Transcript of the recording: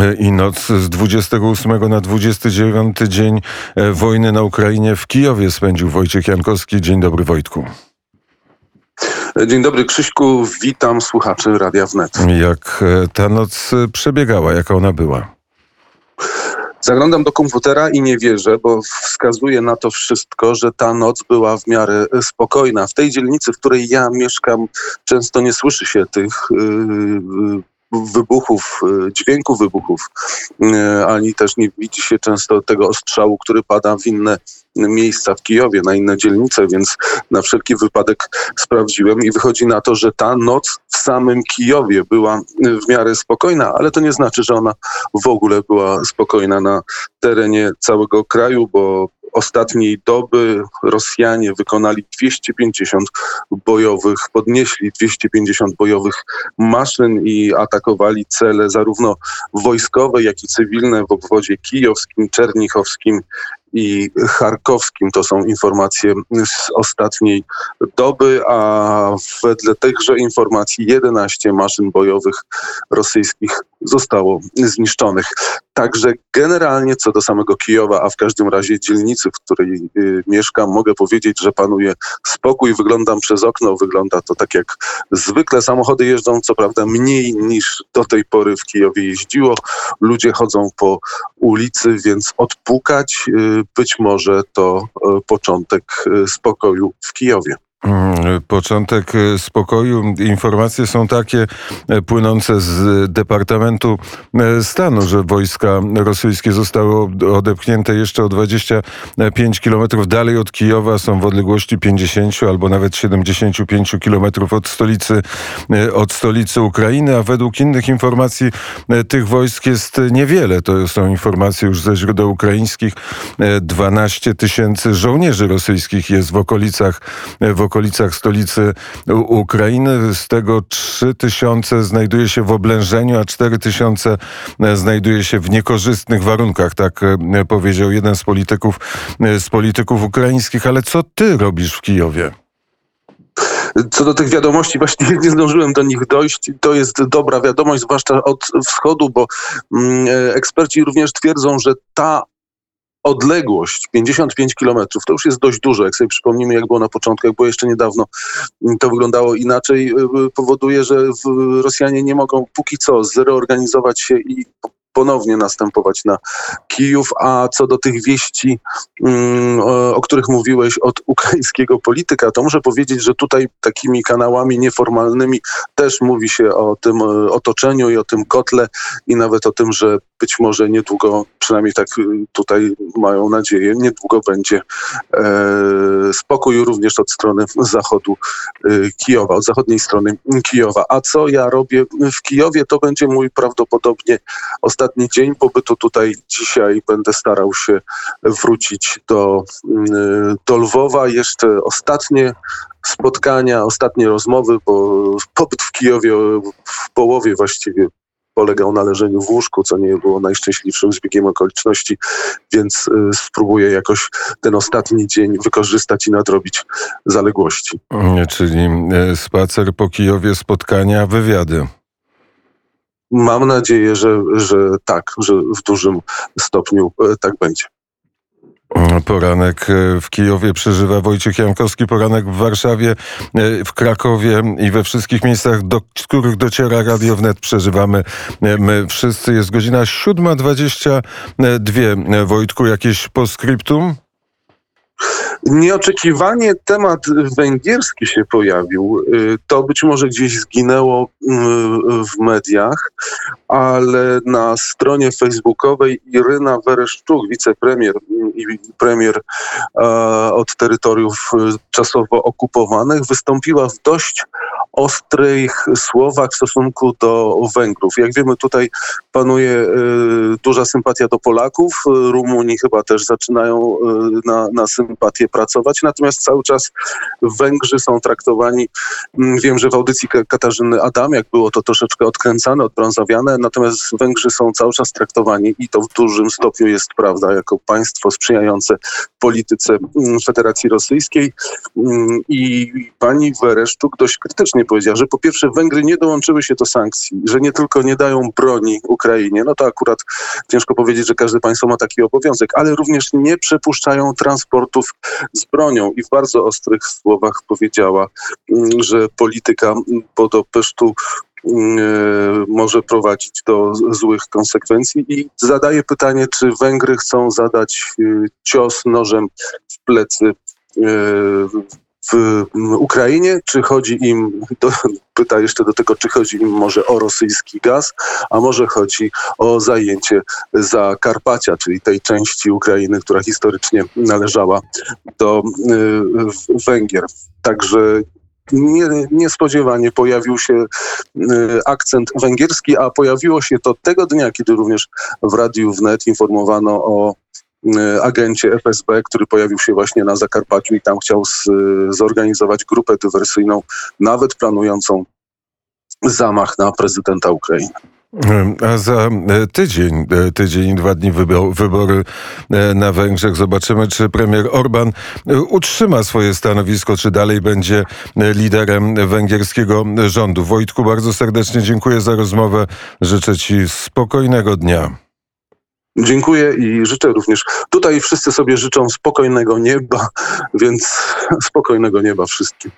I noc z 28 na 29 dzień wojny na Ukrainie w Kijowie spędził Wojciech Jankowski. Dzień dobry, Wojtku. Dzień dobry, Krzyśku. Witam słuchaczy Radia Wnet. Jak ta noc przebiegała? Jaka ona była? Zaglądam do komputera i nie wierzę, bo wskazuje na to wszystko, że ta noc była w miarę spokojna. W tej dzielnicy, w której ja mieszkam, często nie słyszy się tych wybuchów, dźwięku wybuchów, ani też nie widzi się często tego ostrzału, który pada w inne miejsca w Kijowie, na inne dzielnice, więc na wszelki wypadek sprawdziłem i wychodzi na to, że ta noc w samym Kijowie była w miarę spokojna, ale to nie znaczy, że ona w ogóle była spokojna na terenie całego kraju, bo ostatniej doby Rosjanie wykonali 250 podnieśli 250 bojowych maszyn i atakowali cele zarówno wojskowe, jak i cywilne w obwodzie kijowskim, czernichowskim i charkowskim. To są informacje z ostatniej doby, a wedle tychże informacji 11 maszyn bojowych rosyjskich zostało zniszczonych. Także generalnie co do samego Kijowa, a w każdym razie dzielnicy, w której mieszkam, mogę powiedzieć, że panuje spokój. Wyglądam przez okno, wygląda to tak jak zwykle. Samochody jeżdżą co prawda mniej niż do tej pory w Kijowie jeździło. Ludzie chodzą po ulicy, więc odpukać być może to początek spokoju w Kijowie. Początek spokoju. Informacje są takie płynące z Departamentu Stanu, że wojska rosyjskie zostały odepchnięte jeszcze o 25 kilometrów dalej od Kijowa. Są w odległości 50 albo nawet 75 kilometrów od stolicy Ukrainy, a według innych informacji tych wojsk jest niewiele. To są informacje już ze źródeł ukraińskich. 12 tysięcy żołnierzy rosyjskich jest w okolicach stolicy Ukrainy. Z tego 3 tysiące znajduje się w oblężeniu, a 4 tysiące znajduje się w niekorzystnych warunkach. Tak powiedział jeden z polityków ukraińskich. Ale co ty robisz w Kijowie? Co do tych wiadomości, właśnie nie zdążyłem do nich dojść. To jest dobra wiadomość, zwłaszcza od wschodu, bo eksperci również twierdzą, że ta odległość 55 kilometrów, to już jest dość dużo. Jak sobie przypomnimy, jak było na początku, jak było jeszcze niedawno, to wyglądało inaczej. Powoduje, że Rosjanie nie mogą póki co zreorganizować się i ponownie następować na Kijów, a co do tych wieści, o których mówiłeś od ukraińskiego polityka, to muszę powiedzieć, że tutaj takimi kanałami nieformalnymi też mówi się o tym otoczeniu i o tym kotle i nawet o tym, że być może niedługo, przynajmniej tak tutaj mają nadzieję, niedługo będzie spokój również od strony zachodu Kijowa, od zachodniej strony Kijowa. A co ja robię w Kijowie, to będzie mój prawdopodobnie ostatni dzień pobytu tutaj. Dzisiaj będę starał się wrócić do Lwowa. Jeszcze ostatnie spotkania, ostatnie rozmowy, bo pobyt w Kijowie w połowie właściwie polegał na leżeniu w łóżku, co nie było najszczęśliwszym zbiegiem okoliczności, więc spróbuję jakoś ten ostatni dzień wykorzystać i nadrobić zaległości. Czyli spacer po Kijowie, spotkania, wywiady. Mam nadzieję, że tak, że w dużym stopniu tak będzie. Poranek w Kijowie przeżywa Wojciech Jankowski, poranek w Warszawie, w Krakowie i we wszystkich miejscach, do których dociera Radio Wnet, przeżywamy my wszyscy. Jest godzina 7:22. Wojtku, jakieś postscriptum? Nieoczekiwanie temat węgierski się pojawił. To być może gdzieś zginęło w mediach, ale na stronie facebookowej Iryna Wereszczuk, wicepremier i premier od terytoriów czasowo okupowanych, wystąpiła w dość ostrych słowach w stosunku do Węgrów. Jak wiemy, tutaj panuje duża sympatia do Polaków. Rumuni chyba też zaczynają na sympatię pracować, natomiast cały czas Węgrzy są traktowani, wiem, że w audycji Katarzyny Adamiak było to troszeczkę odkręcane, odbrązowiane, natomiast Węgrzy są cały czas traktowani i to w dużym stopniu jest prawda, jako państwo sprzyjające polityce Federacji Rosyjskiej i pani Wereszczuk dość krytycznie pięknie powiedziała, że po pierwsze Węgry nie dołączyły się do sankcji, że nie tylko nie dają broni Ukrainie, no to akurat ciężko powiedzieć, że każde państwo ma taki obowiązek, ale również nie przepuszczają transportów z bronią i w bardzo ostrych słowach powiedziała, że polityka Budapesztu może prowadzić do złych konsekwencji i zadaje pytanie, czy Węgry chcą zadać cios nożem w plecy w Ukrainie, czy chodzi im, pyta jeszcze do tego, czy chodzi im może o rosyjski gaz, a może chodzi o zajęcie Zakarpacia, czyli tej części Ukrainy, która historycznie należała do Węgier. Także niespodziewanie pojawił się akcent węgierski, a pojawiło się to tego dnia, kiedy również w Radiu Wnet informowano o agencie FSB, który pojawił się właśnie na Zakarpaciu i tam chciał zorganizować grupę dywersyjną, nawet planującą zamach na prezydenta Ukrainy. A za tydzień i 2 dni wybory na Węgrzech. Zobaczymy, czy premier Orbán utrzyma swoje stanowisko, czy dalej będzie liderem węgierskiego rządu. Wojtku, bardzo serdecznie dziękuję za rozmowę. Życzę ci spokojnego dnia. Dziękuję i życzę również. Tutaj wszyscy sobie życzą spokojnego nieba, więc spokojnego nieba wszystkim.